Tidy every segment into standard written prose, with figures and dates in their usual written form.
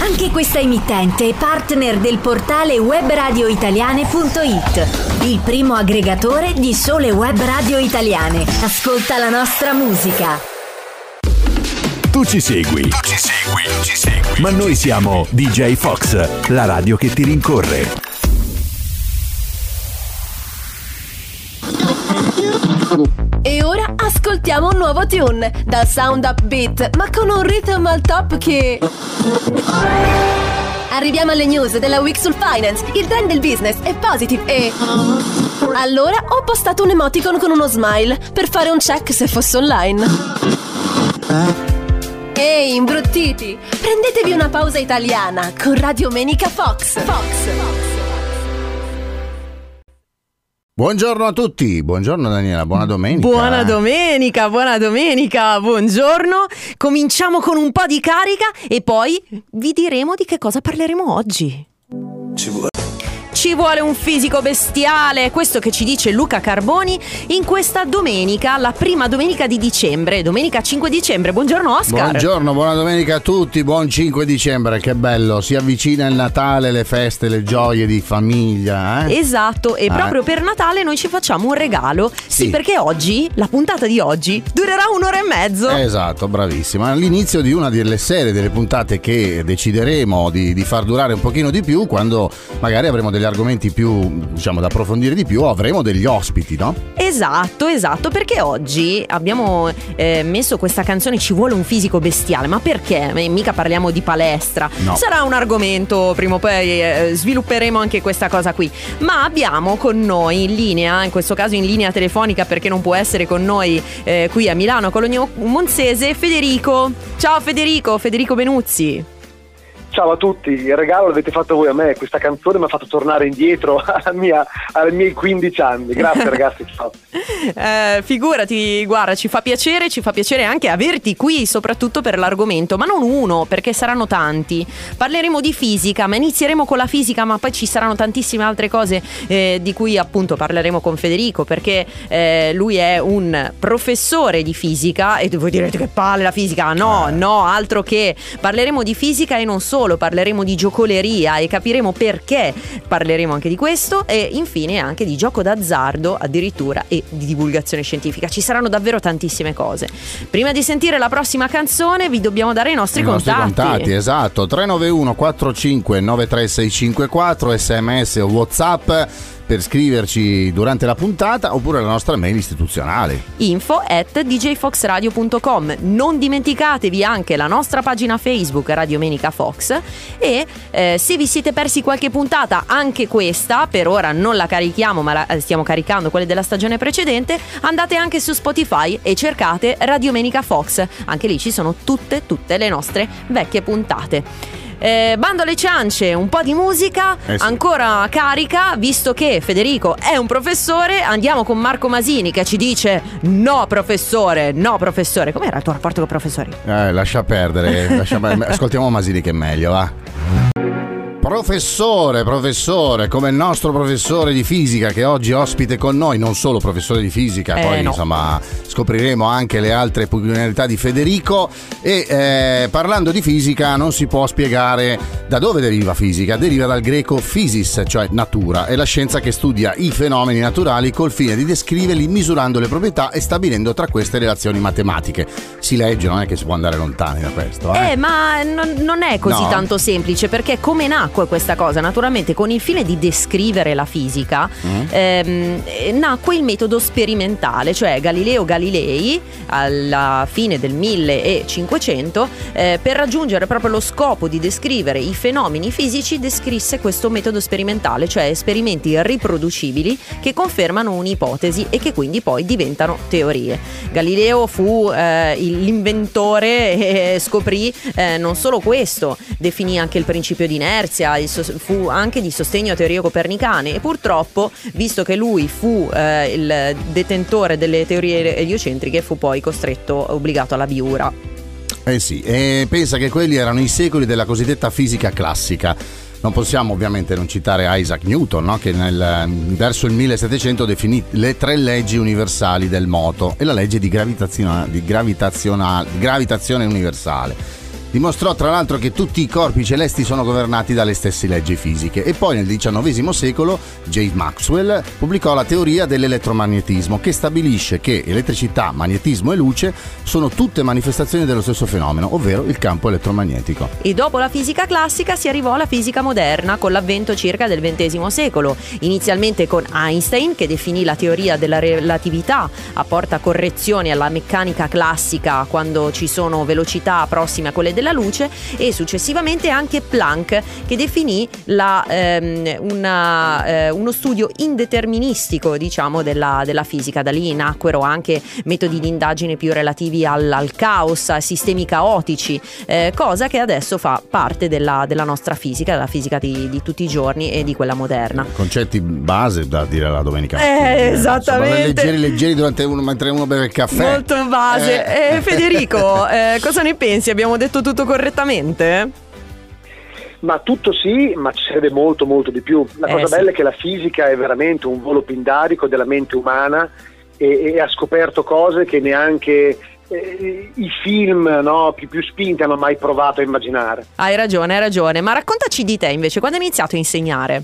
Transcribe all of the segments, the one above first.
Anche questa emittente è partner del portale webradioitaliane.it, il primo aggregatore di sole web radio italiane. Ascolta la nostra musica. Tu ci segui. Ma noi siamo DJ Fox, la radio che ti rincorre. E ora ascoltiamo un nuovo tune dal sound upbeat, ma con un rhythm al top che... Arriviamo alle news della week sul finance. Il trend del business è positive e... Allora ho postato un emoticon con uno smile per fare un check se fosse online. Ehi, imbruttiti! Prendetevi una pausa italiana con Radiomenica Fox. Buongiorno a tutti, buongiorno Daniela, buona domenica. Buona domenica, buongiorno. Cominciamo con un po' di carica e poi vi diremo di che cosa parleremo oggi. Ci vuole un fisico bestiale, questo che ci dice Luca Carboni in questa domenica, la prima domenica di dicembre, domenica 5 dicembre. Buongiorno Oscar. Buongiorno, buona domenica a tutti, buon 5 dicembre, che bello, si avvicina il Natale, le feste, le gioie di famiglia. Esatto, e proprio per Natale noi ci facciamo un regalo, sì, perché oggi, la puntata di oggi, durerà 1 ora e mezzo. Esatto, bravissima, all'inizio di una delle serie, delle puntate che decideremo di far durare un pochino di più, quando magari avremo degli argomenti più, diciamo, da approfondire di più, avremo degli ospiti, no? Esatto, perché oggi abbiamo messo questa canzone Ci vuole un fisico bestiale, ma perché? Mica parliamo di palestra, no. Sarà un argomento, prima o poi svilupperemo anche questa cosa qui, ma abbiamo con noi in linea, in questo caso in linea telefonica perché non può essere con noi qui a Milano, Cologno Monzese, Federico. Ciao Federico Benuzzi. Ciao a tutti, il regalo l'avete fatto voi a me, questa canzone mi ha fatto tornare indietro ai miei 15 anni, grazie ragazzi, ciao. Figurati, guarda, ci fa piacere anche averti qui, soprattutto per l'argomento, ma non uno, perché saranno tanti. Parleremo di fisica, ma inizieremo con la fisica, ma poi ci saranno tantissime altre cose di cui appunto parleremo con Federico, perché lui è un professore di fisica, e voi direte che palle la fisica, no, altro che, parleremo di fisica e non solo. Parleremo di giocoleria e capiremo perché parleremo anche di questo, e infine anche di gioco d'azzardo addirittura e di divulgazione scientifica. Ci saranno davvero tantissime cose. Prima di sentire la prossima canzone vi dobbiamo dare i nostri contatti. Esatto, 391 45 93654, sms o WhatsApp per scriverci durante la puntata, oppure la nostra mail istituzionale info@djfoxradio.com. Non dimenticatevi anche la nostra pagina Facebook Radiomenica Fox, e se vi siete persi qualche puntata, anche questa per ora non la carichiamo, ma la stiamo caricando, quelle della stagione precedente, andate anche su Spotify e cercate Radiomenica Fox, anche lì ci sono tutte le nostre vecchie puntate. Bando alle ciance, un po' di musica, sì, ancora carica, visto che Federico è un professore. Andiamo con Marco Masini che ci dice no professore. Com'era il tuo rapporto con i professori? Lascia perdere. Ascoltiamo Masini che è meglio, va. Professore, come il nostro professore di fisica che oggi è ospite con noi, non solo professore di fisica, poi no, insomma scopriremo anche le altre peculiarità di Federico. E parlando di fisica non si può spiegare da dove deriva fisica. Deriva dal greco physis, cioè natura, è la scienza che studia i fenomeni naturali col fine di descriverli misurando le proprietà e stabilendo tra queste relazioni matematiche. Si legge, non è che si può andare lontani da questo. Ma non è così tanto semplice, perché come nacque questa cosa? Naturalmente con il fine di descrivere la fisica nacque il metodo sperimentale, cioè Galileo Galilei alla fine del 1500 per raggiungere proprio lo scopo di descrivere i fenomeni fisici descrisse questo metodo sperimentale, cioè esperimenti riproducibili che confermano un'ipotesi e che quindi poi diventano teorie. Galileo fu l'inventore e scoprì non solo questo, definì anche il principio di inerzia, fu anche di sostegno a teorie copernicane, e purtroppo, visto che lui fu il detentore delle teorie eliocentriche, fu poi obbligato alla biura. Sì, e pensa che quelli erano i secoli della cosiddetta fisica classica. Non possiamo ovviamente non citare Isaac Newton, no? Che verso il 1700 definì le 3 leggi universali del moto e la legge di gravitazione universale. Dimostrò tra l'altro che tutti i corpi celesti sono governati dalle stesse leggi fisiche. E poi nel XIX secolo J. Maxwell pubblicò la teoria dell'elettromagnetismo, che stabilisce che elettricità, magnetismo e luce sono tutte manifestazioni dello stesso fenomeno, ovvero il campo elettromagnetico. E dopo la fisica classica si arrivò alla fisica moderna con l'avvento circa del XX secolo, inizialmente con Einstein, che definì la teoria della relatività, apporta correzioni alla meccanica classica quando ci sono velocità prossime a quelle della luce, e successivamente anche Planck, che definì uno studio indeterministico, diciamo, della fisica. Da lì nacquero anche metodi di indagine più relativi al caos, a sistemi caotici, cosa che adesso fa parte della nostra fisica, della fisica di tutti i giorni e di quella moderna. Concetti base da dire alla domenica. Esattamente. Leggeri mentre uno beve il caffè. Molto base. Federico, cosa ne pensi? Abbiamo detto tutto correttamente? Ma tutto sì, ma ci serve molto molto di più. La cosa bella è che la fisica è veramente un volo pindarico della mente umana e ha scoperto cose che neanche i film, no, più spinti hanno mai provato a immaginare. Hai ragione, ma raccontaci di te invece, quando hai iniziato a insegnare?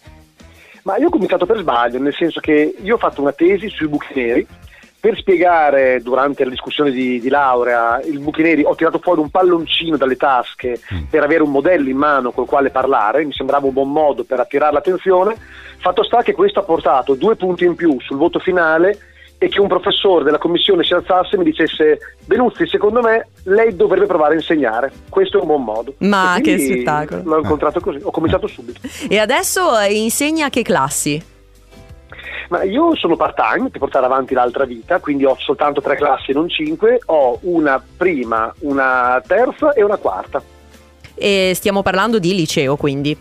Ma io ho cominciato per sbaglio, nel senso che io ho fatto una tesi sui buchi neri. Per spiegare durante la discussione di laurea i buchi neri ho tirato fuori un palloncino dalle tasche per avere un modello in mano col quale parlare, mi sembrava un buon modo per attirare l'attenzione. Fatto sta che questo ha portato 2 punti in più sul voto finale e che un professore della commissione si alzasse e mi dicesse: Benuzzi, secondo me lei dovrebbe provare a insegnare, questo è un buon modo. Ma che spettacolo. L'ho incontrato così, ho cominciato subito. E adesso insegna a che classi? Ma io sono part-time per portare avanti l'altra vita, quindi ho soltanto 3 classi e non 5, ho una prima, una terza e una quarta. E stiamo parlando di liceo, quindi?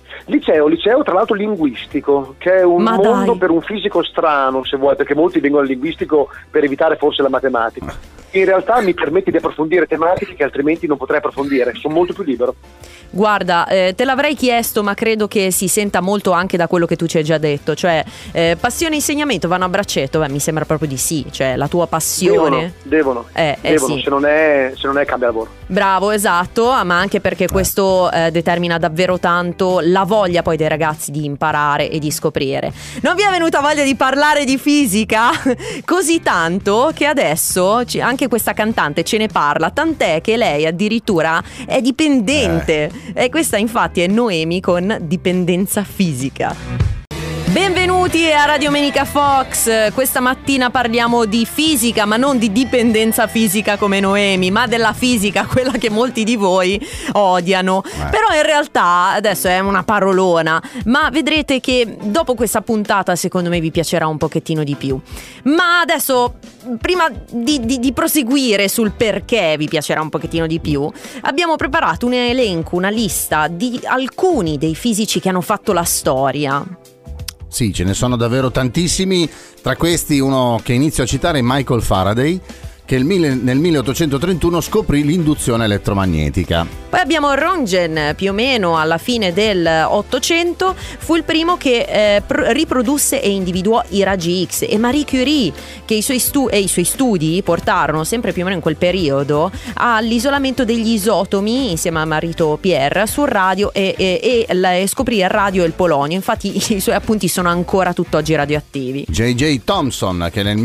Liceo tra l'altro linguistico, che è un mondo per un fisico strano, se vuoi, perché molti vengono al linguistico per evitare forse la matematica. In realtà mi permette di approfondire tematiche che altrimenti non potrei approfondire, sono molto più libero. Guarda, te l'avrei chiesto, ma credo che si senta molto anche da quello che tu ci hai già detto, cioè passione e insegnamento vanno a braccetto. Beh, mi sembra proprio di sì, cioè la tua passione devono. Sì. se non è cambia lavoro. Bravo, esatto, ma anche perché questo determina davvero tanto la voglia poi dei ragazzi di imparare e di scoprire. Non vi è venuta voglia di parlare di fisica? Così tanto che adesso anche questa cantante ce ne parla, tant'è che lei addirittura è dipendente. E questa infatti è Noemi con Dipendenza fisica. Benvenuti a Radio Menica Fox. Questa mattina parliamo di fisica, ma non di dipendenza fisica come Noemi, ma della fisica, quella che molti di voi odiano. Però in realtà adesso è una parolona, ma vedrete che dopo questa puntata secondo me vi piacerà un pochettino di più. Ma adesso, prima di proseguire sul perché vi piacerà un pochettino di più, abbiamo preparato un elenco, una lista di alcuni dei fisici che hanno fatto la storia. Sì, ce ne sono davvero tantissimi. Tra questi uno che inizio a citare è Michael Faraday, che nel 1831 scoprì l'induzione elettromagnetica. Poi abbiamo Röntgen, più o meno alla fine del 800, fu il primo che riprodusse e individuò i raggi X, e Marie Curie, che i suoi studi portarono sempre più o meno in quel periodo all'isolamento degli isotomi insieme al marito Pierre sul radio e scoprì il radio e il polonio. Infatti i suoi appunti sono ancora tutt'oggi radioattivi. J.J. Thomson, che nel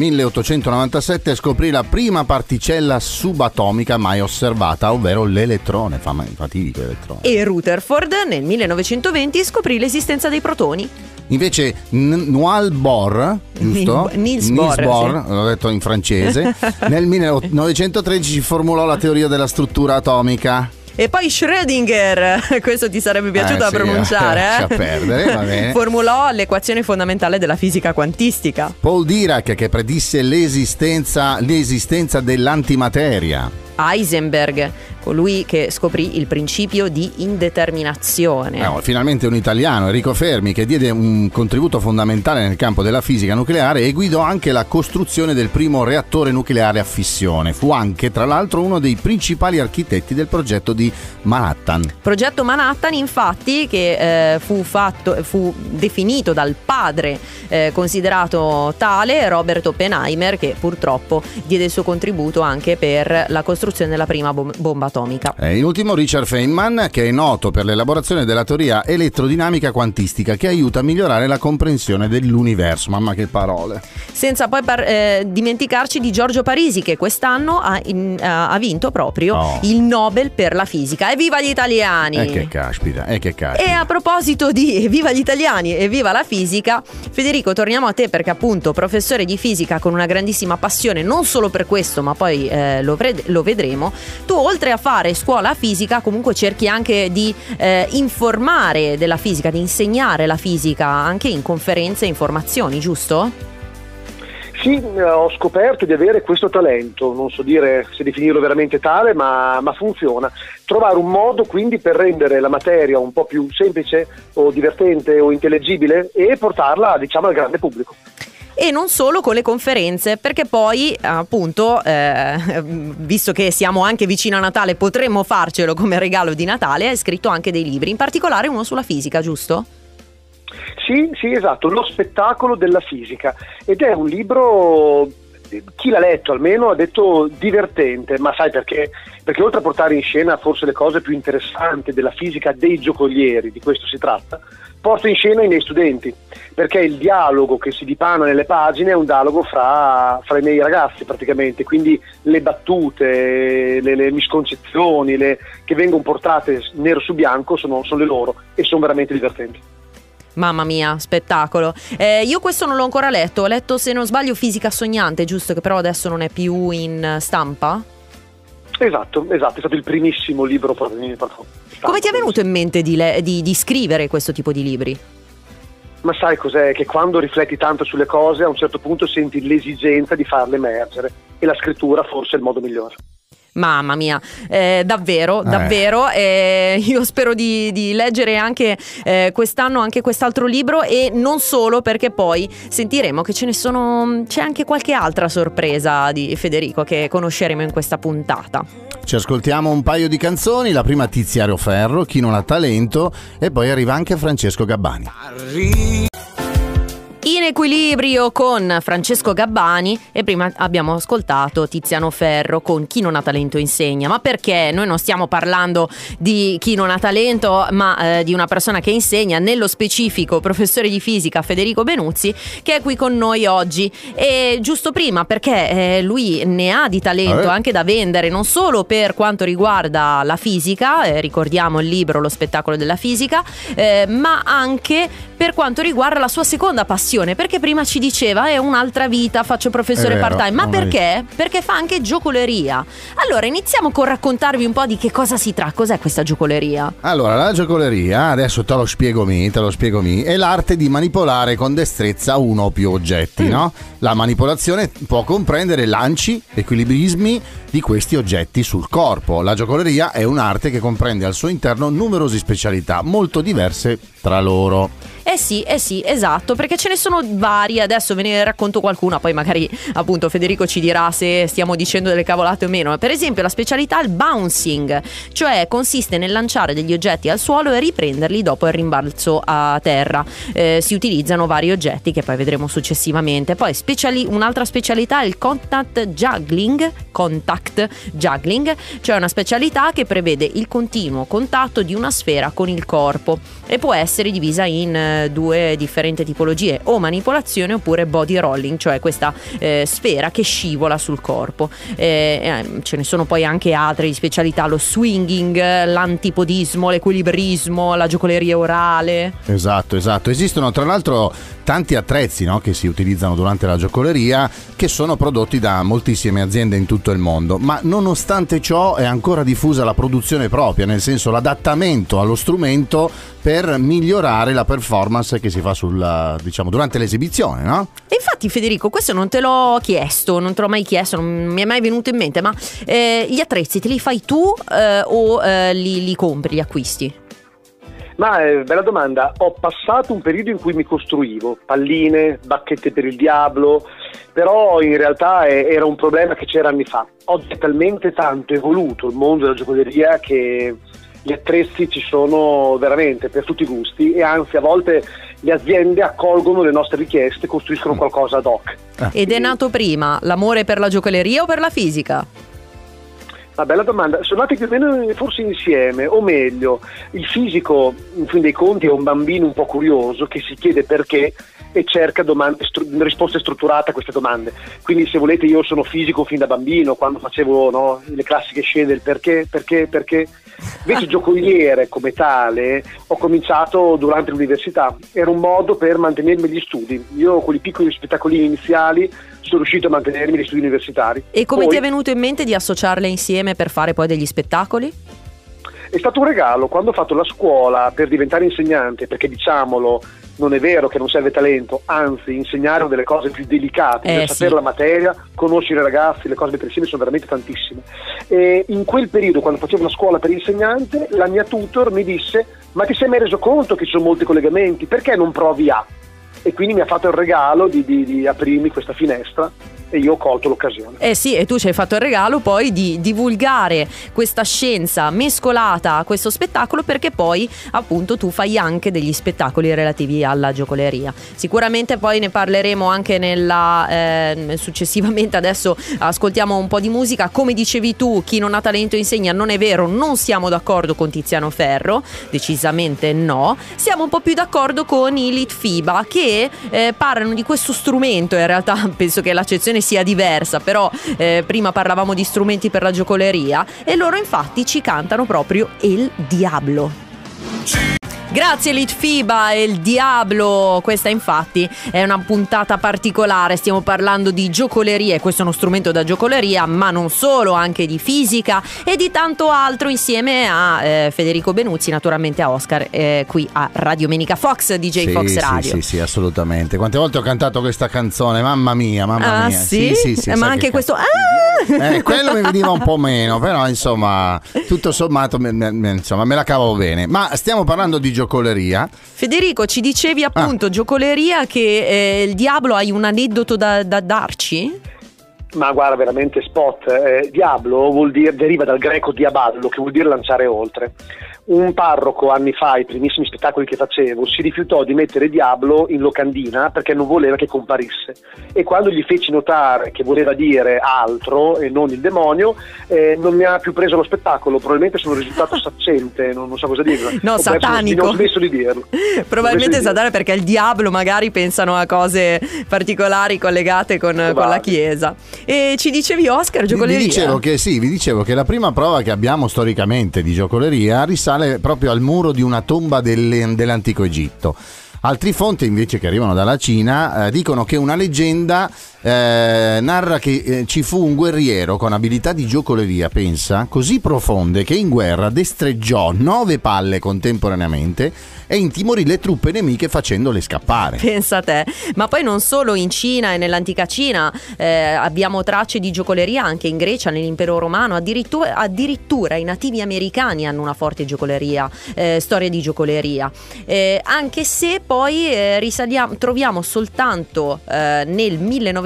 1897 scoprì la prima particella subatomica mai osservata, ovvero l'elettrone, fatidico elettrone. E Rutherford nel 1920 scoprì l'esistenza dei protoni. Invece Niels Bohr, giusto? Niels Bohr, sì. L'ho detto in francese, nel 1913 formulò la teoria della struttura atomica. E poi Schrödinger, questo ti sarebbe piaciuto da pronunciare, lascia perdere, va bene. Formulò l'equazione fondamentale della fisica quantistica. Paul Dirac, che predisse l'esistenza dell'antimateria. Heisenberg, colui che scoprì il principio di indeterminazione. Finalmente un italiano, Enrico Fermi, che diede un contributo fondamentale nel campo della fisica nucleare e guidò anche la costruzione del primo reattore nucleare a fissione. Fu anche, tra l'altro, uno dei principali architetti del progetto di Manhattan. Progetto Manhattan, infatti, che fu definito dal padre considerato tale, Robert Oppenheimer, che purtroppo diede il suo contributo anche per la costruzione costruzione della prima bomba atomica. In ultimo Richard Feynman, che è noto per l'elaborazione della teoria elettrodinamica quantistica, che aiuta a migliorare la comprensione dell'universo. Mamma che parole. Senza poi dimenticarci di Giorgio Parisi, che quest'anno ha vinto proprio il Nobel per la fisica. Evviva gli italiani! Che caspita. E a proposito di evviva gli italiani e viva la fisica, Federico, torniamo a te, perché appunto professore di fisica con una grandissima passione, non solo per questo, ma poi lo vedremo. Tu, oltre a fare scuola fisica, comunque cerchi anche di informare della fisica, di insegnare la fisica anche in conferenze e informazioni, giusto? Sì, ho scoperto di avere questo talento, non so dire se definirlo veramente tale, ma funziona. Trovare un modo quindi per rendere la materia un po' più semplice o divertente o intellegibile e portarla, diciamo, al grande pubblico. E non solo con le conferenze, perché poi appunto visto che siamo anche vicino a Natale, potremmo farcelo come regalo di Natale. Hai scritto anche dei libri, in particolare uno sulla fisica, giusto? Sì, esatto, Lo spettacolo della fisica, ed è un libro, chi l'ha letto almeno ha detto divertente, ma sai perché? Perché oltre a portare in scena forse le cose più interessanti della fisica dei giocolieri, di questo si tratta, porta in scena i miei studenti, perché il dialogo che si dipana nelle pagine è un dialogo fra i miei ragazzi praticamente, quindi le battute, le misconcezioni che vengono portate nero su bianco sono le loro e sono veramente divertenti. Mamma mia, spettacolo. Io questo non l'ho ancora letto. Ho letto, se non sbaglio, Fisica sognante, giusto, che però adesso non è più in stampa? Esatto, è stato il primissimo libro proprio. Come ti è venuto in mente di scrivere questo tipo di libri? Ma sai cos'è? Che quando rifletti tanto sulle cose, a un certo punto senti l'esigenza di farle emergere, e la scrittura forse è il modo migliore. Mamma mia, davvero. Io spero di leggere anche quest'anno anche quest'altro libro, e non solo, perché poi sentiremo che c'è anche qualche altra sorpresa di Federico che conosceremo in questa puntata. Ci ascoltiamo un paio di canzoni, la prima Tiziano Ferro, Chi non ha talento, e poi arriva anche Francesco Gabbani. In equilibrio con Francesco Gabbani, e prima abbiamo ascoltato Tiziano Ferro con Chi non ha talento insegna. Ma perché? Noi non stiamo parlando di chi non ha talento, ma di una persona che insegna, nello specifico professore di fisica Federico Benuzzi, che è qui con noi oggi. E giusto prima, perché lui ne ha di talento anche da vendere, non solo per quanto riguarda la fisica, ricordiamo il libro Lo spettacolo della fisica, ma anche per quanto riguarda la sua seconda passione, perché prima ci diceva è un'altra vita, faccio professore part-time. Ma perché? Perché fa anche giocoleria. Allora iniziamo con raccontarvi un po' di che cosa si tratta. Cos'è questa giocoleria? Allora, la giocoleria, adesso te lo spiego mi, è l'arte di manipolare con destrezza uno o più oggetti, no? La manipolazione può comprendere lanci, equilibrismi di questi oggetti sul corpo. La giocoleria è un'arte che comprende al suo interno numerose specialità molto diverse tra loro. Eh sì, esatto, perché ce ne sono varie. Adesso ve ne racconto qualcuna, poi magari appunto Federico ci dirà se stiamo dicendo delle cavolate o meno. Per esempio la specialità è il bouncing, cioè consiste nel lanciare degli oggetti al suolo e riprenderli dopo il rimbalzo a terra. Si utilizzano vari oggetti che poi vedremo successivamente. Poi un'altra specialità è il contact juggling, cioè una specialità che prevede il continuo contatto di una sfera con il corpo e può essere divisa in due differenti tipologie, o manipolazione oppure body rolling, cioè questa sfera che scivola sul corpo. Ce ne sono poi anche altre di specialità, lo swinging, l'antipodismo, l'equilibrismo, la giocoleria orale. Esatto. Esistono tra l'altro tanti attrezzi, no, che si utilizzano durante la giocoleria, che sono prodotti da moltissime aziende in tutto il mondo, ma nonostante ciò è ancora diffusa la produzione propria, nel senso l'adattamento allo strumento per migliorare la performance che si fa durante l'esibizione, no? E infatti Federico, questo non te l'ho chiesto, non te l'ho mai chiesto, non mi è mai venuto in mente, ma gli attrezzi te li fai tu o li compri, li acquisti? Ma bella domanda. Ho passato un periodo in cui mi costruivo palline, bacchette per il diavolo, però in realtà era un problema che c'era anni fa. Oggi è talmente tanto evoluto il mondo della giocoleria che gli attrezzi ci sono veramente per tutti i gusti, e anzi a volte le aziende accolgono le nostre richieste e costruiscono qualcosa ad hoc. Ed è nato prima l'amore per la giocoleria o per la fisica? Una bella domanda. Sono nati più o meno forse insieme, o meglio, il fisico in fin dei conti è un bambino un po' curioso che si chiede perché e cerca risposte strutturate a queste domande. Quindi se volete io sono fisico fin da bambino, quando facevo le classiche scene del perché. Invece giocoliere come tale ho cominciato durante l'università, era un modo per mantenermi gli studi. Io con i piccoli spettacolini iniziali sono riuscito a mantenermi gli studi universitari. E come ti è venuto in mente di associarle insieme per fare poi degli spettacoli? È stato un regalo quando ho fatto la scuola per diventare insegnante, perché diciamolo, non è vero che non serve talento, anzi insegnare delle cose più delicate, per sapere la materia, conoscere i ragazzi, le cose mettere insieme sono veramente tantissime. E in quel periodo, quando facevo la scuola per insegnante, la mia tutor mi disse: ma ti sei mai reso conto che ci sono molti collegamenti, perché non provi a? E quindi mi ha fatto il regalo di aprirmi questa finestra e io ho colto l'occasione. Sì, e tu ci hai fatto il regalo poi di divulgare questa scienza mescolata a questo spettacolo, perché poi appunto tu fai anche degli spettacoli relativi alla giocoleria. Sicuramente poi ne parleremo anche successivamente. Adesso ascoltiamo un po' di musica. Come dicevi tu, chi non ha talento insegna, non è vero, non siamo d'accordo con Tiziano Ferro, decisamente no. Siamo un po' più d'accordo con i Litfiba, che parlano di questo strumento. In realtà penso che l'accezione sia diversa, però prima parlavamo di strumenti per la giocoleria e loro infatti ci cantano proprio Il Diablo. Grazie Litfiba e Il Diablo. Questa infatti è una puntata particolare, stiamo parlando di giocoleria e questo è uno strumento da giocoleria, ma non solo, anche di fisica e di tanto altro, insieme a Federico Benuzzi, naturalmente a Oscar, qui a Radio Menica Fox, DJ Fox Radio. Sì, assolutamente. Quante volte ho cantato questa canzone, mamma mia. Sì, ma anche questo quello mi veniva un po' meno, però insomma tutto sommato me la cavo bene. Ma stiamo parlando di giocoleria. Federico, ci dicevi appunto giocoleria, che Il Diablo, hai un aneddoto da darci? Ma guarda, veramente spot. Diablo deriva dal greco diaballo, che vuol dire lanciare oltre. Un parroco anni fa, ai primissimi spettacoli che facevo, si rifiutò di mettere Diablo in locandina perché non voleva che comparisse, e quando gli feci notare che voleva dire altro e non il demonio, non mi ha più preso lo spettacolo. Probabilmente sono risultato saccente, non so cosa dire. No, satanico. Ho smesso di dirlo. Probabilmente satanico, perché il diavolo magari pensano a cose particolari collegate con la chiesa. E ci dicevi, Oscar, giocoleria? Vi dicevo che la prima prova che abbiamo storicamente di giocoleria risale proprio al muro di una tomba dell'antico Egitto. Altre fonti invece, che arrivano dalla Cina, dicono che una leggenda narra che ci fu un guerriero con abilità di giocoleria, pensa, così profonde che in guerra destreggiò 9 palle contemporaneamente e intimorì le truppe nemiche facendole scappare. Pensa a te. Ma poi non solo in Cina e nell'antica Cina, abbiamo tracce di giocoleria anche in Grecia, nell'impero romano. Addirittura i nativi americani hanno una forte giocoleria, storia di giocoleria, anche se poi troviamo soltanto nel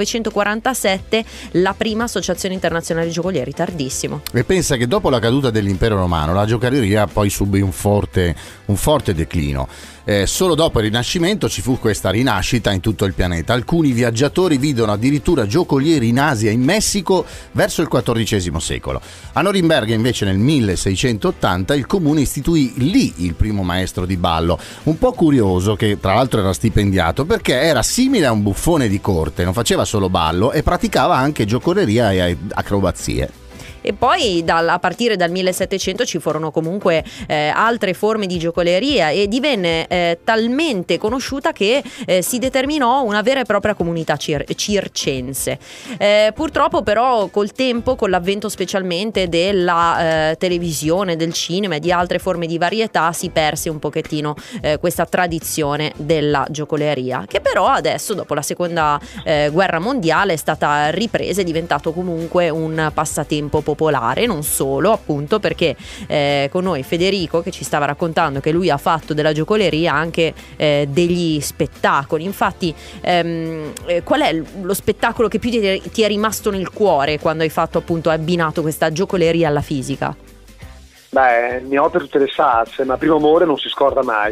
1947 la prima associazione internazionale di giocolieri, tardissimo. E pensa che dopo la caduta dell'impero romano la giocoleria poi subì un forte declino. Solo dopo il Rinascimento ci fu questa rinascita in tutto il pianeta. Alcuni viaggiatori videro addirittura giocolieri in Asia e in Messico verso il XIV secolo. A Norimberga invece nel 1680 il comune istituì lì il primo maestro di ballo, un po' curioso, che tra l'altro era stipendiato perché era simile a un buffone di corte, non faceva solo ballo e praticava anche giocoleria e acrobazie. E poi a partire dal 1700 ci furono comunque altre forme di giocoleria e divenne talmente conosciuta che si determinò una vera e propria comunità circense. Purtroppo però col tempo, con l'avvento specialmente della televisione, del cinema e di altre forme di varietà, si perse un pochettino questa tradizione della giocoleria, che però adesso, dopo la seconda guerra mondiale, è stata ripresa, è diventato comunque un passatempo popolare. Non solo, appunto, perché con noi Federico, che ci stava raccontando che lui ha fatto della giocoleria anche degli spettacoli. Infatti qual è lo spettacolo che più ti è rimasto nel cuore quando hai abbinato questa giocoleria alla fisica? Beh, ne ho per tutte le salse, ma Primo Amore non si scorda mai.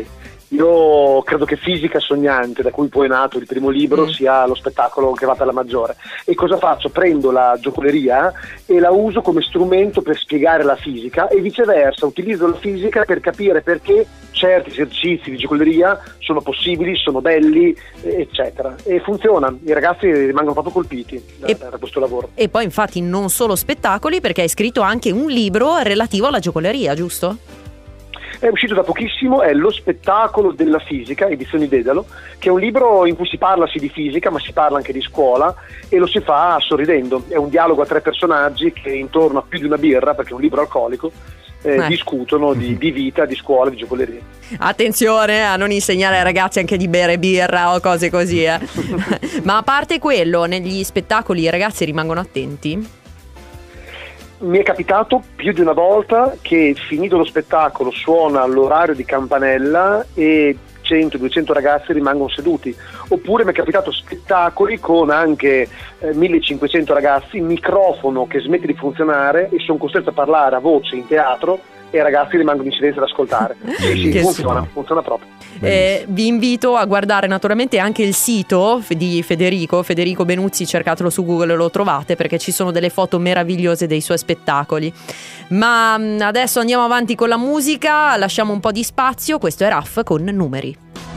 Io credo che Fisica sognante, da cui poi è nato il primo libro, sia lo spettacolo che va per la maggiore. E cosa faccio? Prendo la giocoleria e la uso come strumento per spiegare la fisica, e viceversa utilizzo la fisica per capire perché certi esercizi di giocoleria sono possibili, sono belli, eccetera. E funziona, i ragazzi rimangono proprio colpiti da questo lavoro. E poi infatti non solo spettacoli, perché hai scritto anche un libro relativo alla giocoleria, giusto? È uscito da pochissimo, è Lo spettacolo della fisica, edizioni Dedalo, che è un libro in cui si parla sì di fisica, ma si parla anche di scuola, e lo si fa sorridendo. È un dialogo a 3 personaggi che intorno a più di una birra, perché è un libro alcolico, discutono di vita, di scuola, di giocoleria. Attenzione a non insegnare ai ragazzi anche di bere birra o cose così, Ma a parte quello, negli spettacoli i ragazzi rimangono attenti? Mi è capitato più di una volta che, finito lo spettacolo, suona l'orario di campanella e 100-200 ragazzi rimangono seduti. Oppure mi è capitato spettacoli con anche 1500 ragazzi, microfono che smette di funzionare e sono costretto a parlare a voce in teatro, e i ragazzi rimangono in silenzio ad ascoltare. Sì, funziona proprio. Vi invito a guardare naturalmente anche il sito di Federico Benuzzi, cercatelo su Google e lo trovate, perché ci sono delle foto meravigliose dei suoi spettacoli. Ma adesso andiamo avanti con la musica, lasciamo un po' di spazio. Questo è Raf con Numeri.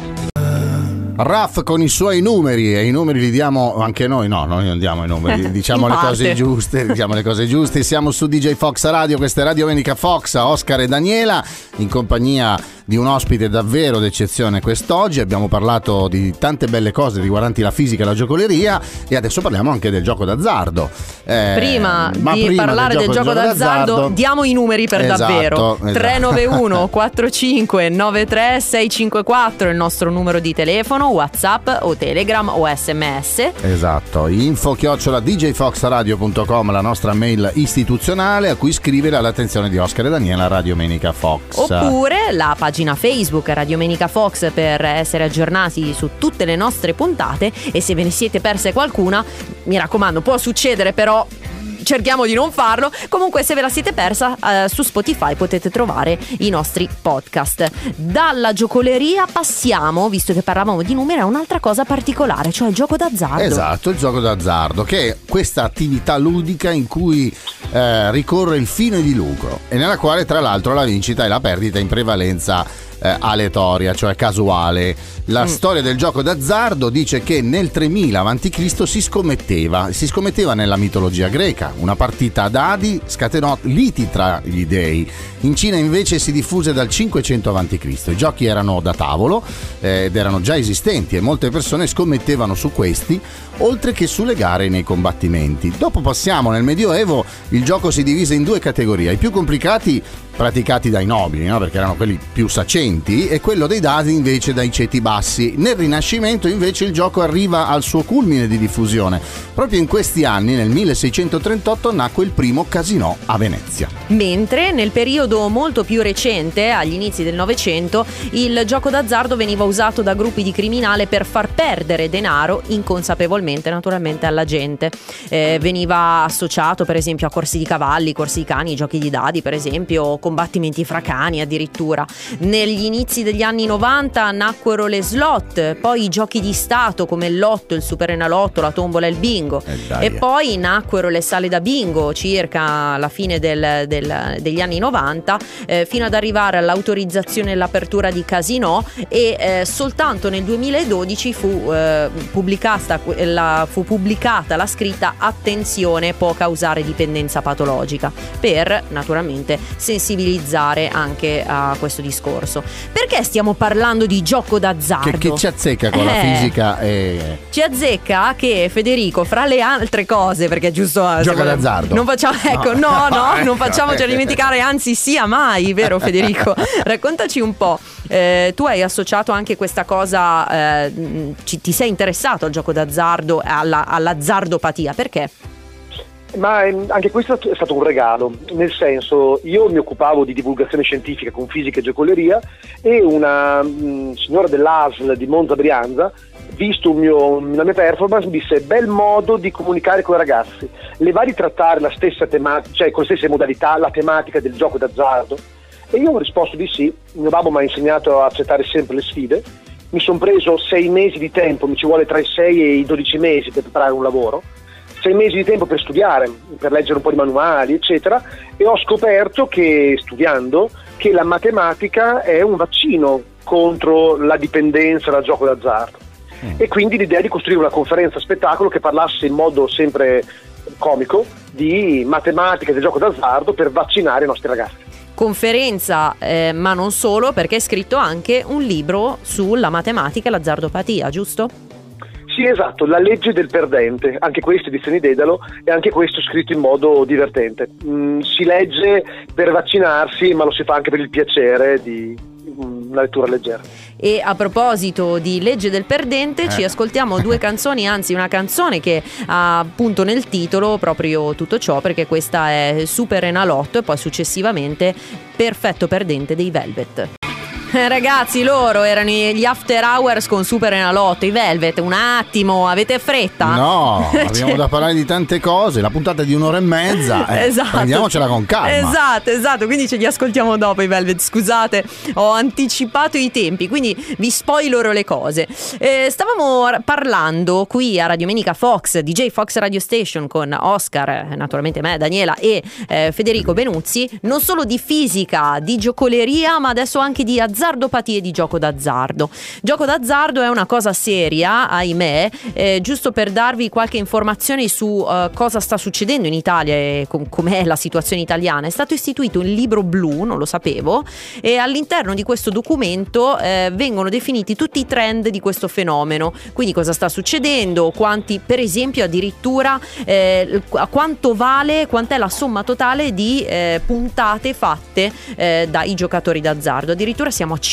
Raff con i suoi numeri, e i numeri li diamo anche noi. No, noi non diamo i numeri, diciamo le cose giuste. Siamo su DJ Fox Radio, questa è Radio Domenica Fox, Oscar e Daniela, in compagnia di un ospite davvero d'eccezione quest'oggi. Abbiamo parlato di tante belle cose riguardanti la fisica e la giocoleria, e adesso parliamo anche del gioco d'azzardo. Prima di parlare del gioco d'azzardo, diamo i numeri per davvero. 391 45 93 654 il nostro numero di telefono, WhatsApp o Telegram o SMS. Esatto, info@djfoxradio.com, la nostra mail istituzionale a cui scrivere all'attenzione di Oscar e Daniela, Radio Domenica Fox. Oppure la pagina Facebook Radio Domenica Fox per essere aggiornati su tutte le nostre puntate, e se ve ne siete perse qualcuna, mi raccomando, può succedere, però cerchiamo di non farlo. Comunque, se ve la siete persa, su Spotify potete trovare i nostri podcast. Dalla giocoleria passiamo, visto che parlavamo di numeri, a un'altra cosa particolare, cioè il gioco d'azzardo. Esatto, il gioco d'azzardo, che è questa attività ludica in cui ricorre il fine di lucro, e nella quale tra l'altro la vincita e la perdita in prevalenza aleatoria, cioè casuale. La storia del gioco d'azzardo dice che nel 3000 a.C. si scommetteva nella mitologia greca. Una partita a dadi scatenò liti tra gli dei. In Cina invece si diffuse dal 500 a.C. I giochi erano da tavolo ed erano già esistenti, e molte persone scommettevano su questi oltre che sulle gare nei combattimenti. Dopo passiamo nel Medioevo. Il gioco si divise in 2 categorie: i più complicati praticati dai nobili, no? Perché erano quelli più sacenti, e quello dei dadi invece dai ceti bassi. Nel Rinascimento invece il gioco arriva al suo culmine di diffusione. Proprio in questi anni, nel 1638, nacque il primo casinò a Venezia. Mentre nel periodo molto più recente, agli inizi del Novecento, il gioco d'azzardo veniva usato da gruppi di criminali per far perdere denaro inconsapevolmente, naturalmente, alla gente. Veniva associato per esempio a corsi di cavalli, corsi di cani, giochi di dadi per esempio, combattimenti fra cani addirittura. Negli inizi degli anni 90 nacquero le slot, poi i giochi di stato come il lotto, il super enalotto, la tombola e il bingo, e poi nacquero le sale da bingo circa alla fine degli anni 90, fino ad arrivare all'autorizzazione e all'apertura di casinò, e soltanto nel 2012 fu pubblicata la scritta "attenzione, può causare dipendenza patologica", per naturalmente sensibilizzare anche a questo discorso. Perché stiamo parlando di gioco d'azzardo? Che ci azzecca con la fisica ci azzecca che Federico, fra le altre cose, perché è giusto gioco d'azzardo non facciamo, non facciamoci dimenticare, anzi sia mai, vero Federico? Raccontaci un po'. Tu hai associato anche questa cosa, ti sei interessato al gioco d'azzardo, all'azzardopatia, perché? Ma anche questo è stato un regalo, nel senso, io mi occupavo di divulgazione scientifica con fisica e giocoleria, e una signora dell'ASL di Monza Brianza, visto una mia performance, disse: bel modo di comunicare con i ragazzi, le va di trattare la stessa tematica, cioè con le stesse modalità, la tematica del gioco d'azzardo. E io ho risposto di sì. Mio babbo mi ha insegnato a accettare sempre le sfide. Mi sono preso 6 mesi di tempo, mi ci vuole tra i 6 e i 12 mesi per preparare un lavoro, 6 mesi di tempo per studiare, per leggere un po' di manuali, eccetera, e ho scoperto che, studiando, che la matematica è un vaccino contro la dipendenza dal gioco d'azzardo. E quindi l'idea di costruire una conferenza spettacolo che parlasse in modo sempre comico di matematica e del gioco d'azzardo per vaccinare i nostri ragazzi. Conferenza, ma non solo, perché hai scritto anche un libro sulla matematica e l'azzardopatia, giusto? Sì, esatto, La legge del perdente, anche questo edizioni Dedalo e anche questo scritto in modo divertente. Si legge per vaccinarsi, ma lo si fa anche per il piacere di una lettura leggera. E a proposito di legge del perdente, ci ascoltiamo 2 canzoni, anzi una canzone che ha appunto nel titolo proprio tutto ciò, perché questa è Super Enalotto e poi successivamente Perfetto Perdente dei Velvet. Ragazzi, loro erano gli After Hours con Super Enalotto, i Velvet. Un attimo, avete fretta? No, abbiamo da parlare di tante cose. La puntata è di 1 ora e mezza. Esatto. Prendiamocela con calma. Esatto. Quindi ce li ascoltiamo dopo i Velvet. Scusate, ho anticipato i tempi, quindi vi spoilerò le cose. Stavamo parlando qui a Radiomenica Fox, DJ Fox Radio Station, con Oscar, naturalmente me, Daniela e Federico Benuzzi, non solo di fisica, di giocoleria, ma adesso anche di azzardopatie di gioco d'azzardo. Gioco d'azzardo è una cosa seria, ahimè, giusto per darvi qualche informazione su cosa sta succedendo in Italia e com'è la situazione italiana. È stato istituito un libro blu, non lo sapevo, e all'interno di questo documento vengono definiti tutti i trend di questo fenomeno, quindi cosa sta succedendo, quanti, per esempio, addirittura quant'è la somma totale di puntate fatte dai giocatori d'azzardo. Addirittura siamo a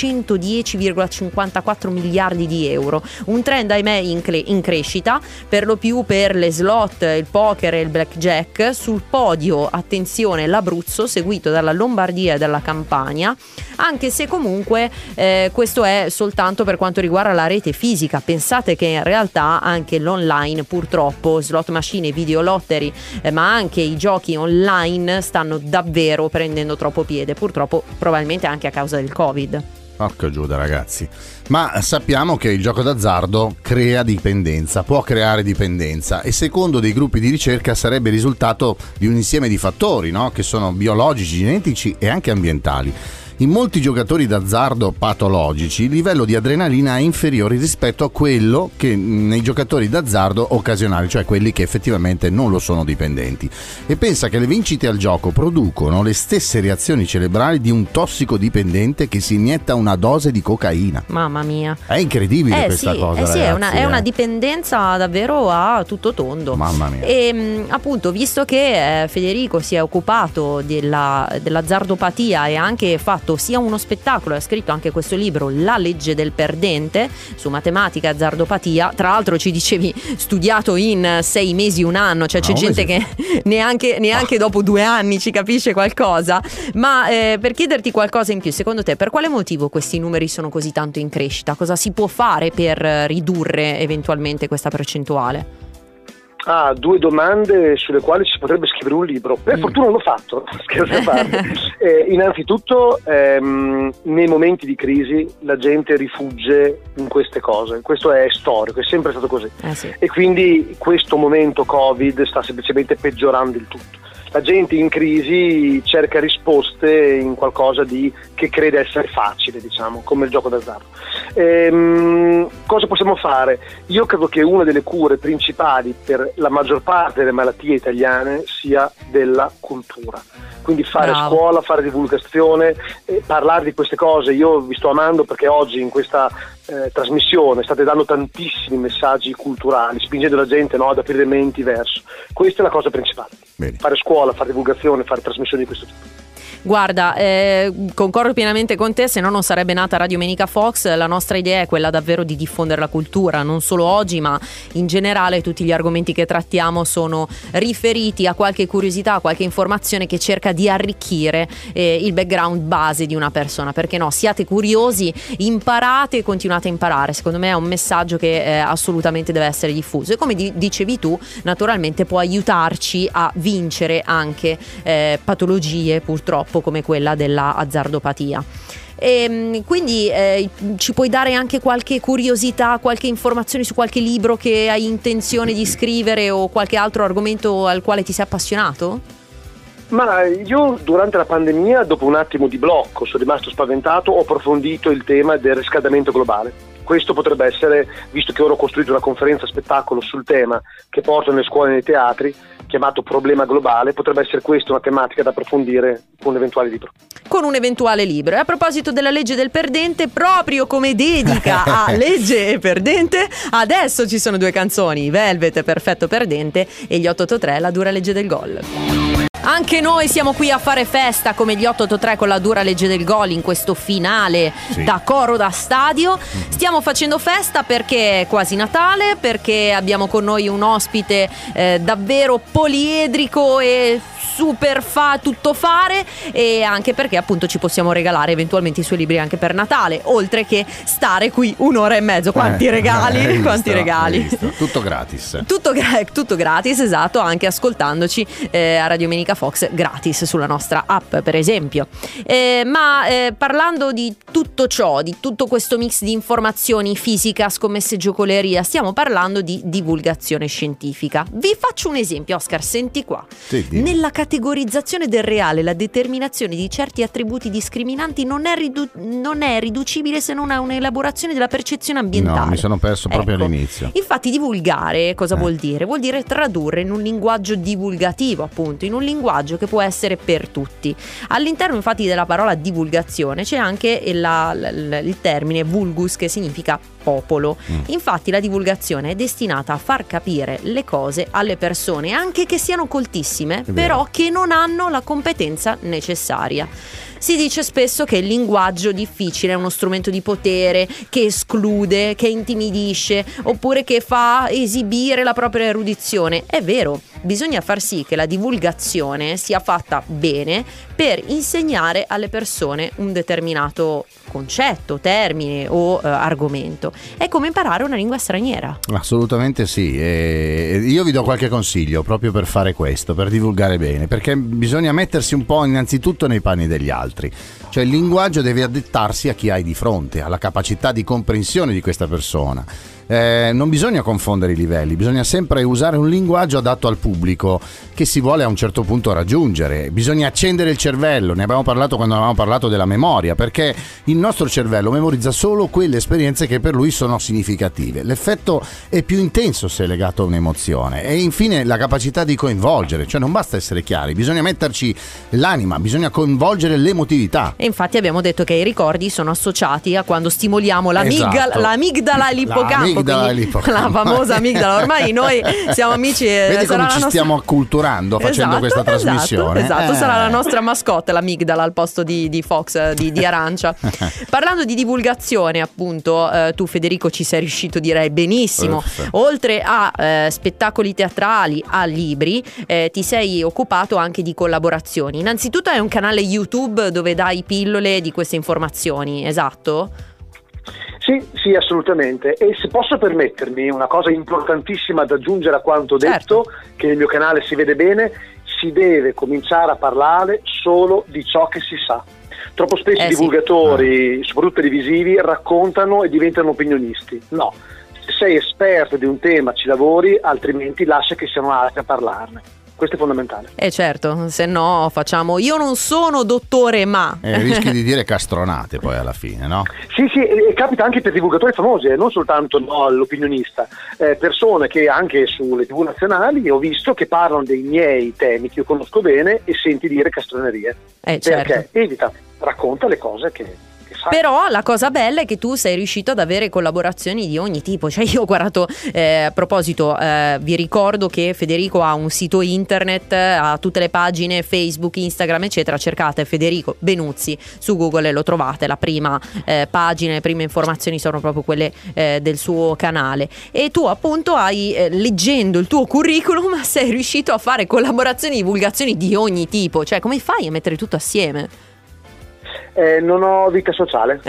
110,54 miliardi di euro, un trend ahimè in crescita, per lo più per le slot, il poker e il blackjack. Sul podio, attenzione, l'Abruzzo, seguito dalla Lombardia e dalla Campania, anche se comunque questo è soltanto per quanto riguarda la rete fisica. Pensate che in realtà anche l'online, purtroppo, slot machine, video lottery, ma anche i giochi online stanno davvero prendendo troppo piede, purtroppo probabilmente anche a causa del Covid. Porca Giuda, ragazzi. Ma sappiamo che il gioco d'azzardo crea dipendenza, può creare dipendenza, e secondo dei gruppi di ricerca sarebbe il risultato di un insieme di fattori, no? Che sono biologici, genetici e anche ambientali. In molti giocatori d'azzardo patologici il livello di adrenalina è inferiore rispetto a quello che nei giocatori d'azzardo occasionali, cioè quelli che effettivamente non lo sono dipendenti. E pensa che le vincite al gioco producono le stesse reazioni cerebrali di un tossicodipendente che si inietta una dose di cocaina. Mamma mia. È incredibile questa cosa, sì, ragazzi, è una dipendenza davvero a tutto tondo. Mamma mia. E appunto, visto che Federico si è occupato dell'azzardopatia e ha anche fatto sia uno spettacolo, ha scritto anche questo libro, La legge del perdente, su matematica e azzardopatia. Tra l'altro ci dicevi studiato in 6 mesi, 1 anno, cioè c'è gente che neanche dopo 2 anni ci capisce qualcosa. Ma per chiederti qualcosa in più, secondo te per quale motivo questi numeri sono così tanto in crescita? Cosa si può fare per ridurre eventualmente questa percentuale? 2 domande sulle quali si potrebbe scrivere un libro. Per fortuna non l'ho fatto, scherzo a parte. Innanzitutto, nei momenti di crisi la gente rifugge in queste cose. Questo è storico, è sempre stato così. Sì. E quindi questo momento Covid sta semplicemente peggiorando il tutto. La gente in crisi cerca risposte in qualcosa che crede essere facile, diciamo, come il gioco d'azzardo. Cosa possiamo fare? Io credo che una delle cure principali per la maggior parte delle malattie italiane sia della cultura. Quindi fare scuola, fare divulgazione, parlare di queste cose. Io vi sto amando perché oggi in questa trasmissione state dando tantissimi messaggi culturali, spingendo la gente ad aprire menti verso. Questa è la cosa principale. Bene. Fare scuola, fare divulgazione, fare trasmissioni di questo tipo. Guarda, concordo pienamente con te, se no non sarebbe nata Radiomenica Fox. La nostra idea è quella davvero di diffondere la cultura, non solo oggi ma in generale. Tutti gli argomenti che trattiamo sono riferiti a qualche curiosità, a qualche informazione che cerca di arricchire il background base di una persona. Perché no, siate curiosi, imparate e continuate a imparare. Secondo me è un messaggio che assolutamente deve essere diffuso, e come dicevi tu, naturalmente può aiutarci a vincere anche patologie, purtroppo, purtroppo come quella della azzardopatia. E quindi ci puoi dare anche qualche curiosità, qualche informazione su qualche libro che hai intenzione di scrivere o qualche altro argomento al quale ti sei appassionato? Ma io durante la pandemia, dopo un attimo di blocco, sono rimasto spaventato, ho approfondito il tema del riscaldamento globale. Questo potrebbe essere, visto che ora ho costruito una conferenza spettacolo sul tema che porto nelle scuole e nei teatri, chiamato Problema Globale, potrebbe essere questa una tematica da approfondire con un eventuale libro. Con un eventuale libro. E a proposito della legge del perdente, proprio come dedica a Legge e Perdente, adesso ci sono 2 canzoni, Velvet, Perfetto Perdente, e gli 883, La dura legge del gol. Anche noi siamo qui a fare festa come gli 883 con La dura legge del gol in questo finale da coro da stadio. Stiamo facendo festa perché è quasi Natale, perché abbiamo con noi un ospite davvero poliedrico e super tutto fare, e anche perché appunto ci possiamo regalare eventualmente i suoi libri anche per Natale, oltre che stare qui 1 ora e mezzo. Quanti regali, quanti regali. Tutto gratis. Tutto gratis, esatto, anche ascoltandoci a Radio Menica Fox gratis sulla nostra app, per esempio. Ma parlando di tutto ciò, di tutto questo mix di informazioni, fisica, scommesse, giocoleria, stiamo parlando di divulgazione scientifica. Vi faccio un esempio, Oscar, senti qua. Sì, nella categorizzazione del reale, la determinazione di certi attributi discriminanti non è riducibile se non a un'elaborazione della percezione ambientale. No, mi sono perso proprio all'inizio. Infatti divulgare cosa vuol dire? Vuol dire tradurre in un linguaggio divulgativo, appunto, in un linguaggio che può essere per tutti. All'interno infatti della parola divulgazione c'è anche il termine vulgus, che significa popolo. Infatti la divulgazione è destinata a far capire le cose alle persone, anche che siano coltissime, però che non hanno la competenza necessaria. Si dice spesso che il linguaggio difficile è uno strumento di potere che esclude, che intimidisce, oppure che fa esibire la propria erudizione. È vero, bisogna far sì che la divulgazione sia fatta bene per insegnare alle persone un determinato concetto, termine o argomento. È come imparare una lingua straniera. Assolutamente sì. Io vi do qualche consiglio proprio per fare questo, per divulgare bene, perché bisogna mettersi un po' innanzitutto nei panni degli altri. Cioè il linguaggio deve adattarsi a chi hai di fronte, alla capacità di comprensione di questa persona. Non bisogna confondere i livelli, bisogna sempre usare un linguaggio adatto al pubblico che si vuole a un certo punto raggiungere. Bisogna accendere il cervello, ne abbiamo parlato quando avevamo parlato della memoria, perché il nostro cervello memorizza solo quelle esperienze che per lui sono significative. L'effetto è più intenso se è legato a un'emozione. E infine la capacità di coinvolgere, cioè non basta essere chiari, bisogna metterci l'anima, bisogna coinvolgere l'emotività. E infatti abbiamo detto che i ricordi sono associati a quando stimoliamo l'amigdala e l'ippocampo. La famosa amigdala. Ormai noi siamo amici. Vedi come ci stiamo acculturando facendo questa trasmissione. Esatto, sarà la nostra mascotte, l'amigdala, al posto di Fox, di Arancia. Parlando di divulgazione, appunto, tu Federico ci sei riuscito, direi, benissimo. Oltre a spettacoli teatrali, a libri, ti sei occupato anche di collaborazioni. Innanzitutto hai un canale YouTube dove dai pillole di queste informazioni, esatto? Sì, assolutamente. E se posso permettermi una cosa importantissima da aggiungere a quanto detto, che nel mio canale si vede bene, si deve cominciare a parlare solo di ciò che si sa. Troppo spesso i divulgatori, soprattutto televisivi, raccontano e diventano opinionisti. No, se sei esperto di un tema ci lavori, altrimenti lascia che siano altri a parlarne. Questo è fondamentale. Certo, se no facciamo io non sono dottore ma rischi di dire castronate poi alla fine, no? Sì, e capita anche per divulgatori famosi, non soltanto l'opinionista, persone che anche sulle TV nazionali ho visto che parlano dei miei temi che io conosco bene e senti dire castronerie. Perché evita, racconta le cose che sai. Però la cosa bella è che tu sei riuscito ad avere collaborazioni di ogni tipo. Cioè io ho guardato, a proposito, vi ricordo che Federico ha un sito internet, ha tutte le pagine Facebook, Instagram eccetera. Cercate Federico Benuzzi su Google e lo trovate. La prima pagina, le prime informazioni sono proprio quelle del suo canale. E tu appunto hai, leggendo il tuo curriculum, sei riuscito a fare collaborazioni e divulgazioni di ogni tipo. Cioè come fai a mettere tutto assieme? Non ho vita sociale.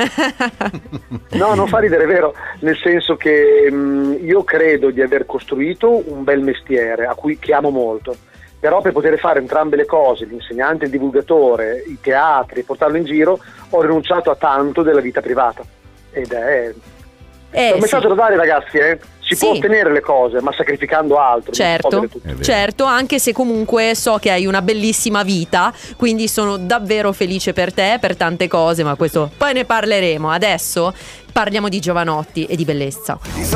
No, non fa ridere, è vero, nel senso che io credo di aver costruito un bel mestiere che amo molto, Però per poter fare entrambe le cose, l'insegnante, il divulgatore, i teatri, portarlo in giro, ho rinunciato a tanto della vita privata. Ed è un messaggio da dare, ragazzi, Si può ottenere le cose, ma sacrificando altro. Certo, anche se comunque so che hai una bellissima vita, quindi sono davvero felice per te, per tante cose, ma questo poi ne parleremo. Adesso parliamo di Jovanotti e di bellezza.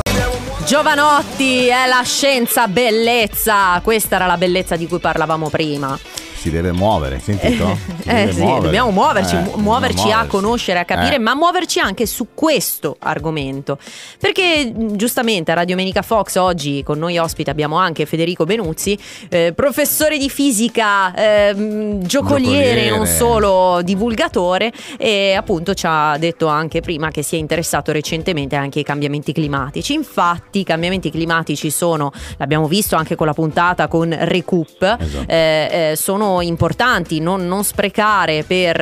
Jovanotti è la scienza bellezza. Questa era la bellezza di cui parlavamo prima. Si deve muovere, sentito? Dobbiamo muoverci a conoscere, a capire, ma muoverci anche su questo argomento, perché giustamente a Radio Menica Fox oggi con noi ospite abbiamo anche Federico Benuzzi, professore di fisica, giocoliere, non solo divulgatore, e appunto ci ha detto anche prima che si è interessato recentemente anche ai cambiamenti climatici. Infatti i cambiamenti climatici sono, l'abbiamo visto anche con la puntata con Recoup, sono importanti, non sprecare per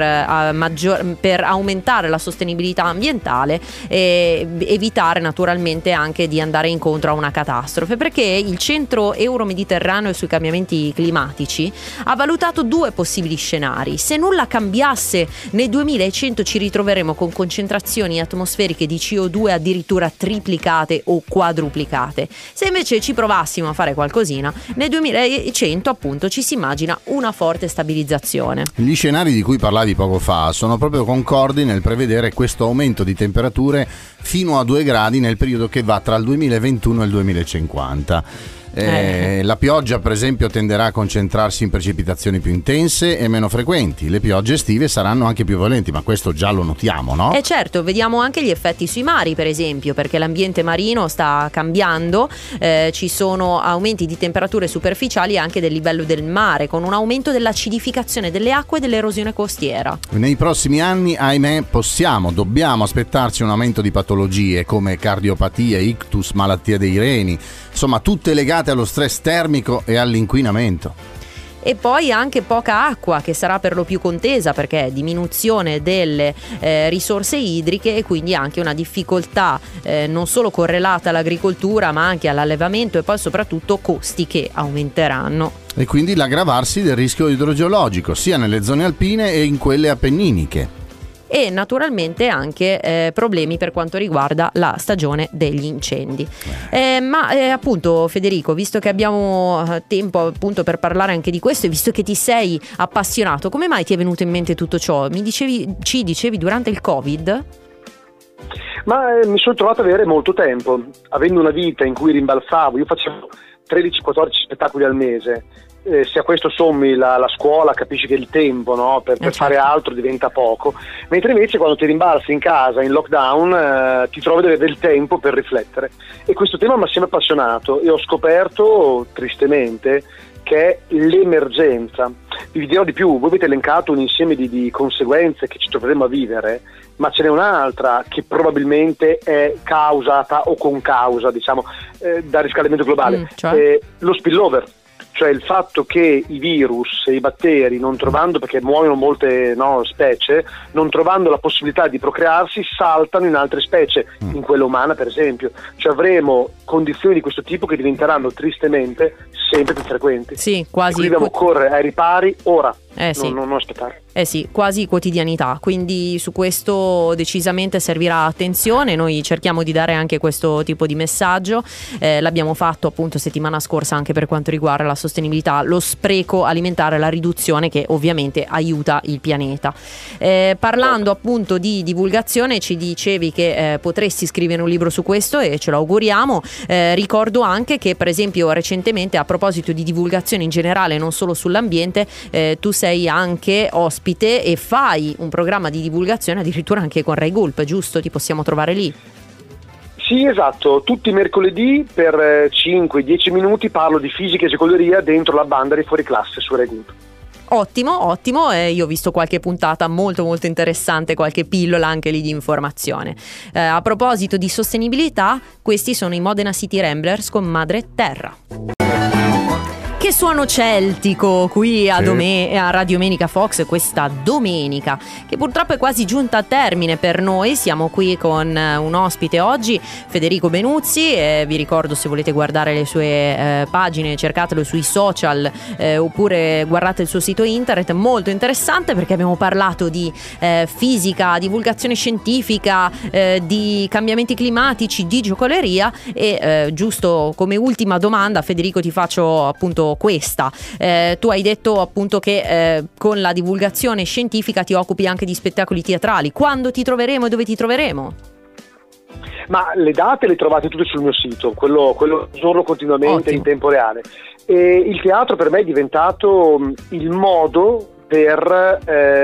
aumentare la sostenibilità ambientale e evitare naturalmente anche di andare incontro a una catastrofe, perché il Centro Euro-Mediterraneo sui cambiamenti climatici ha valutato 2 possibili scenari. Se nulla cambiasse, nel 2100 ci ritroveremo con concentrazioni atmosferiche di CO2 addirittura triplicate o quadruplicate. Se invece ci provassimo a fare qualcosina, nel 2100 appunto ci si immagina una forte stabilizzazione. Gli scenari di cui parlavi poco fa sono proprio concordi nel prevedere questo aumento di temperature fino a 2 gradi nel periodo che va tra il 2021 e il 2050. La pioggia per esempio tenderà a concentrarsi in precipitazioni più intense e meno frequenti. Le piogge estive saranno anche più violenti, ma questo già lo notiamo, no? Certo, vediamo anche gli effetti sui mari per esempio, perché l'ambiente marino sta cambiando, ci sono aumenti di temperature superficiali anche del livello del mare, con un aumento dell'acidificazione delle acque e dell'erosione costiera. Nei prossimi anni, ahimè, dobbiamo aspettarci un aumento di patologie come cardiopatie, ictus, malattie dei reni, insomma tutte legate allo stress termico e all'inquinamento. E poi anche poca acqua, che sarà per lo più contesa, perché è diminuzione delle risorse idriche e quindi anche una difficoltà non solo correlata all'agricoltura ma anche all'allevamento, e poi soprattutto costi che aumenteranno. E quindi l'aggravarsi del rischio idrogeologico sia nelle zone alpine e in quelle appenniniche. E naturalmente anche problemi per quanto riguarda la stagione degli incendi. Appunto Federico, visto che abbiamo tempo appunto per parlare anche di questo e visto che ti sei appassionato, come mai ti è venuto in mente tutto ciò? Ci dicevi durante il Covid? Ma mi sono trovato ad avere molto tempo, avendo una vita in cui rimbalzavo, io facevo 13-14 spettacoli al mese. Se a questo sommi la scuola, capisci che il tempo, no, per fare altro diventa poco, mentre invece quando ti rimbalzi in casa in lockdown ti trovi ad avere del tempo per riflettere, e questo tema mi ha sempre appassionato e ho scoperto tristemente che è l'emergenza. Vi dirò di più, voi avete elencato un insieme di conseguenze che ci troveremo a vivere, ma ce n'è un'altra che probabilmente è causata o concausa, diciamo, dal riscaldamento globale, lo spillover. Cioè il fatto che i virus e i batteri, non trovando, perché muoiono molte specie, non trovando la possibilità di procrearsi, saltano in altre specie, in quella umana per esempio. Cioè avremo condizioni di questo tipo che diventeranno tristemente sempre più frequenti. Sì, quasi. E quindi dobbiamo correre ai ripari ora, non aspettare. Sì, quasi quotidianità, quindi su questo decisamente servirà attenzione. Noi cerchiamo di dare anche questo tipo di messaggio, l'abbiamo fatto appunto settimana scorsa anche per quanto riguarda la sostenibilità, lo spreco alimentare, la riduzione che ovviamente aiuta il pianeta. Parlando appunto di divulgazione, ci dicevi che potresti scrivere un libro su questo e ce lo auguriamo. Ricordo anche che per esempio recentemente, a proposito di divulgazione in generale, non solo sull'ambiente, tu sei anche ospite e fai un programma di divulgazione addirittura anche con Rai Gulp, giusto? Ti possiamo trovare lì? Sì, esatto, tutti i mercoledì per 5-10 minuti parlo di fisica e giocoleria dentro la banda dei fuori classe su Rai Gulp. Ottimo, io ho visto qualche puntata molto molto interessante, qualche pillola anche lì di informazione. A proposito di sostenibilità, questi sono i Modena City Ramblers con Madre Terra. Che Che suono celtico qui a Radio Menica Fox questa domenica, che purtroppo è quasi giunta a termine per noi. Siamo qui con un ospite oggi, Federico Benuzzi, vi ricordo, se volete guardare le sue pagine, cercatelo sui social oppure guardate il suo sito internet, molto interessante, perché abbiamo parlato di fisica, divulgazione scientifica, di cambiamenti climatici, di giocoleria e giusto come ultima domanda, Federico, ti faccio appunto questa. Tu hai detto appunto che con la divulgazione scientifica ti occupi anche di spettacoli teatrali. Quando ti troveremo e dove ti troveremo? Ma le date le trovate tutte sul mio sito, quello aggiorno continuamente. Ottimo. In tempo reale. E il teatro per me è diventato il modo per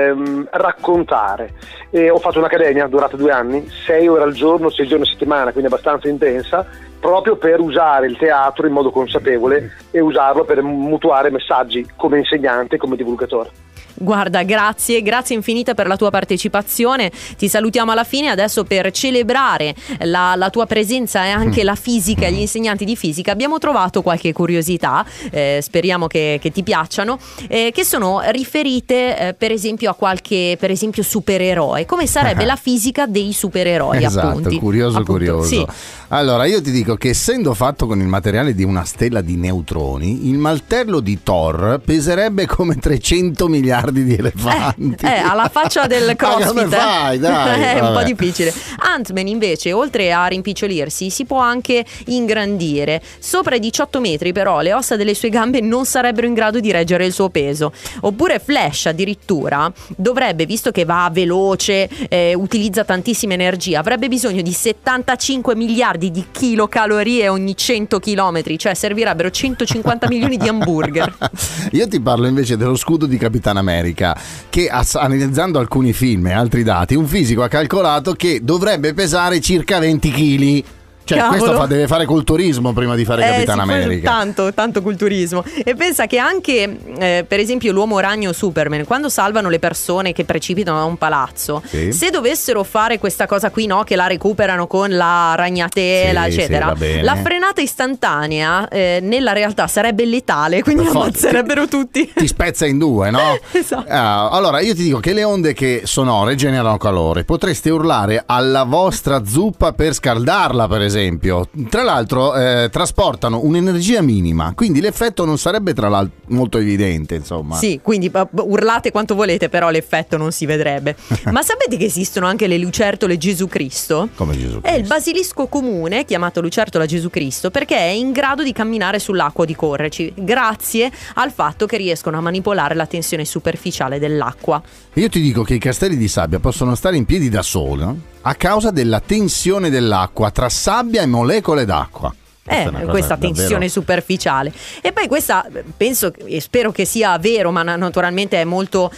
raccontare. Ho fatto un'accademia durata 2 anni, 6 ore al giorno, 6 giorni a settimana, quindi abbastanza intensa, proprio per usare il teatro in modo consapevole e usarlo per mutuare messaggi come insegnante e come divulgatore. Guarda, grazie infinita per la tua partecipazione. Ti salutiamo alla fine. Adesso, per celebrare la tua presenza e anche la fisica e gli insegnanti di fisica, abbiamo trovato qualche curiosità, speriamo che ti piacciono, che sono riferite per esempio a qualche supereroe. Come sarebbe la fisica dei supereroi? Esatto, curioso. Sì. Allora, io ti dico che, essendo fatto con il materiale di una stella di neutroni, il martello di Thor peserebbe come 300 miliardi di elefanti. Alla faccia del CrossFit. Come fai? Dai, è un po' difficile. Ant-Man invece, oltre a rimpicciolirsi, si può anche ingrandire. Sopra i 18 metri però le ossa delle sue gambe non sarebbero in grado di reggere il suo peso. Oppure Flash addirittura dovrebbe, visto che va veloce, utilizza tantissima energia, avrebbe bisogno di 75 miliardi di kilocalorie ogni 100 chilometri, cioè servirebbero 150 milioni di hamburger. Io ti parlo invece dello scudo di Capitan America, che, analizzando alcuni film e altri dati, un fisico ha calcolato che dovrebbe pesare circa 20 kg. Cioè, questo deve fare culturismo prima di fare Capitan America. Tanto culturismo. E pensa che anche per esempio l'uomo ragno Superman, quando salvano le persone che precipitano da un palazzo, se dovessero fare questa cosa qui, no, che la recuperano con la ragnatela, eccetera, la frenata istantanea nella realtà sarebbe letale, quindi ammazzerebbero tutti. Ti spezza in due, no? Esatto. Allora io ti dico che le onde sonore generano calore. Potreste urlare alla vostra zuppa per scaldarla, per esempio. Tra l'altro trasportano un'energia minima, quindi l'effetto non sarebbe molto evidente, insomma. Sì, quindi urlate quanto volete, però l'effetto non si vedrebbe. Ma sapete che esistono anche le lucertole Gesù Cristo? Come Gesù Cristo? È il basilisco comune chiamato lucertola Gesù Cristo, perché è in grado di camminare sull'acqua o di correrci, grazie al fatto che riescono a manipolare la tensione superficiale dell'acqua. Io ti dico che i castelli di sabbia possono stare in piedi da soli, no? A causa della tensione dell'acqua tra sabbia e molecole d'acqua. Questa tensione superficiale. E poi questa, penso e spero che sia vero, ma naturalmente è molto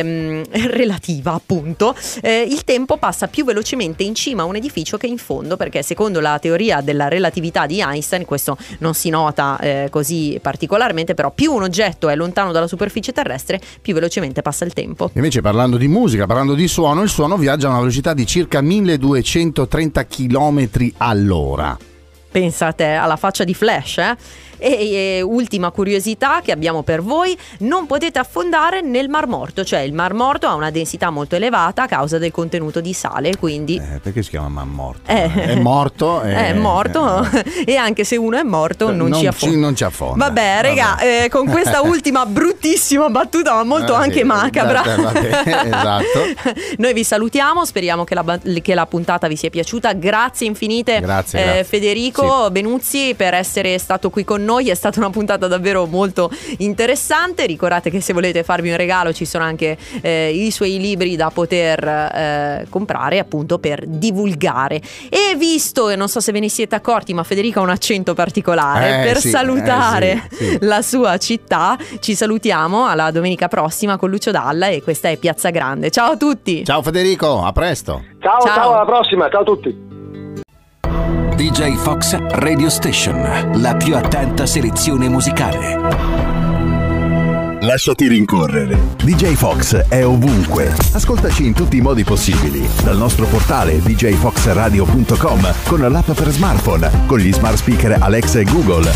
relativa, appunto. Il tempo passa più velocemente in cima a un edificio che in fondo, perché secondo la teoria della relatività di Einstein, questo non si nota così particolarmente, però più un oggetto è lontano dalla superficie terrestre, più velocemente passa il tempo. Invece, parlando di musica, parlando di suono, il suono viaggia a una velocità di circa 1230 km all'ora. Pensa a te, alla faccia di Flash, E ultima curiosità che abbiamo per voi: non potete affondare nel Mar Morto, cioè il Mar Morto ha una densità molto elevata a causa del contenuto di sale, quindi perché si chiama Mar Morto? È morto, è morto e anche se uno è morto non ci affonda. Vabbè, regà, con questa ultima bruttissima battuta, ma molto anche macabra, esatto. Noi vi salutiamo, speriamo che la puntata vi sia piaciuta. Grazie infinite, grazie. Federico Benuzzi, per essere stato qui con noi. È stata una puntata davvero molto interessante. Ricordate che se volete farvi un regalo ci sono anche i suoi libri da poter comprare, appunto, per divulgare. E visto, e non so se ve ne siete accorti, ma Federico ha un accento particolare, per salutare la sua città, ci salutiamo alla domenica prossima con Lucio Dalla, e questa è Piazza Grande. Ciao a tutti. Ciao Federico, a presto. Ciao, alla prossima, ciao a tutti. DJ Fox Radio Station, la più attenta selezione musicale. Lasciati rincorrere. DJ Fox è ovunque. Ascoltaci in tutti i modi possibili. Dal nostro portale djfoxradio.com, con l'app per smartphone, con gli smart speaker Alexa e Google,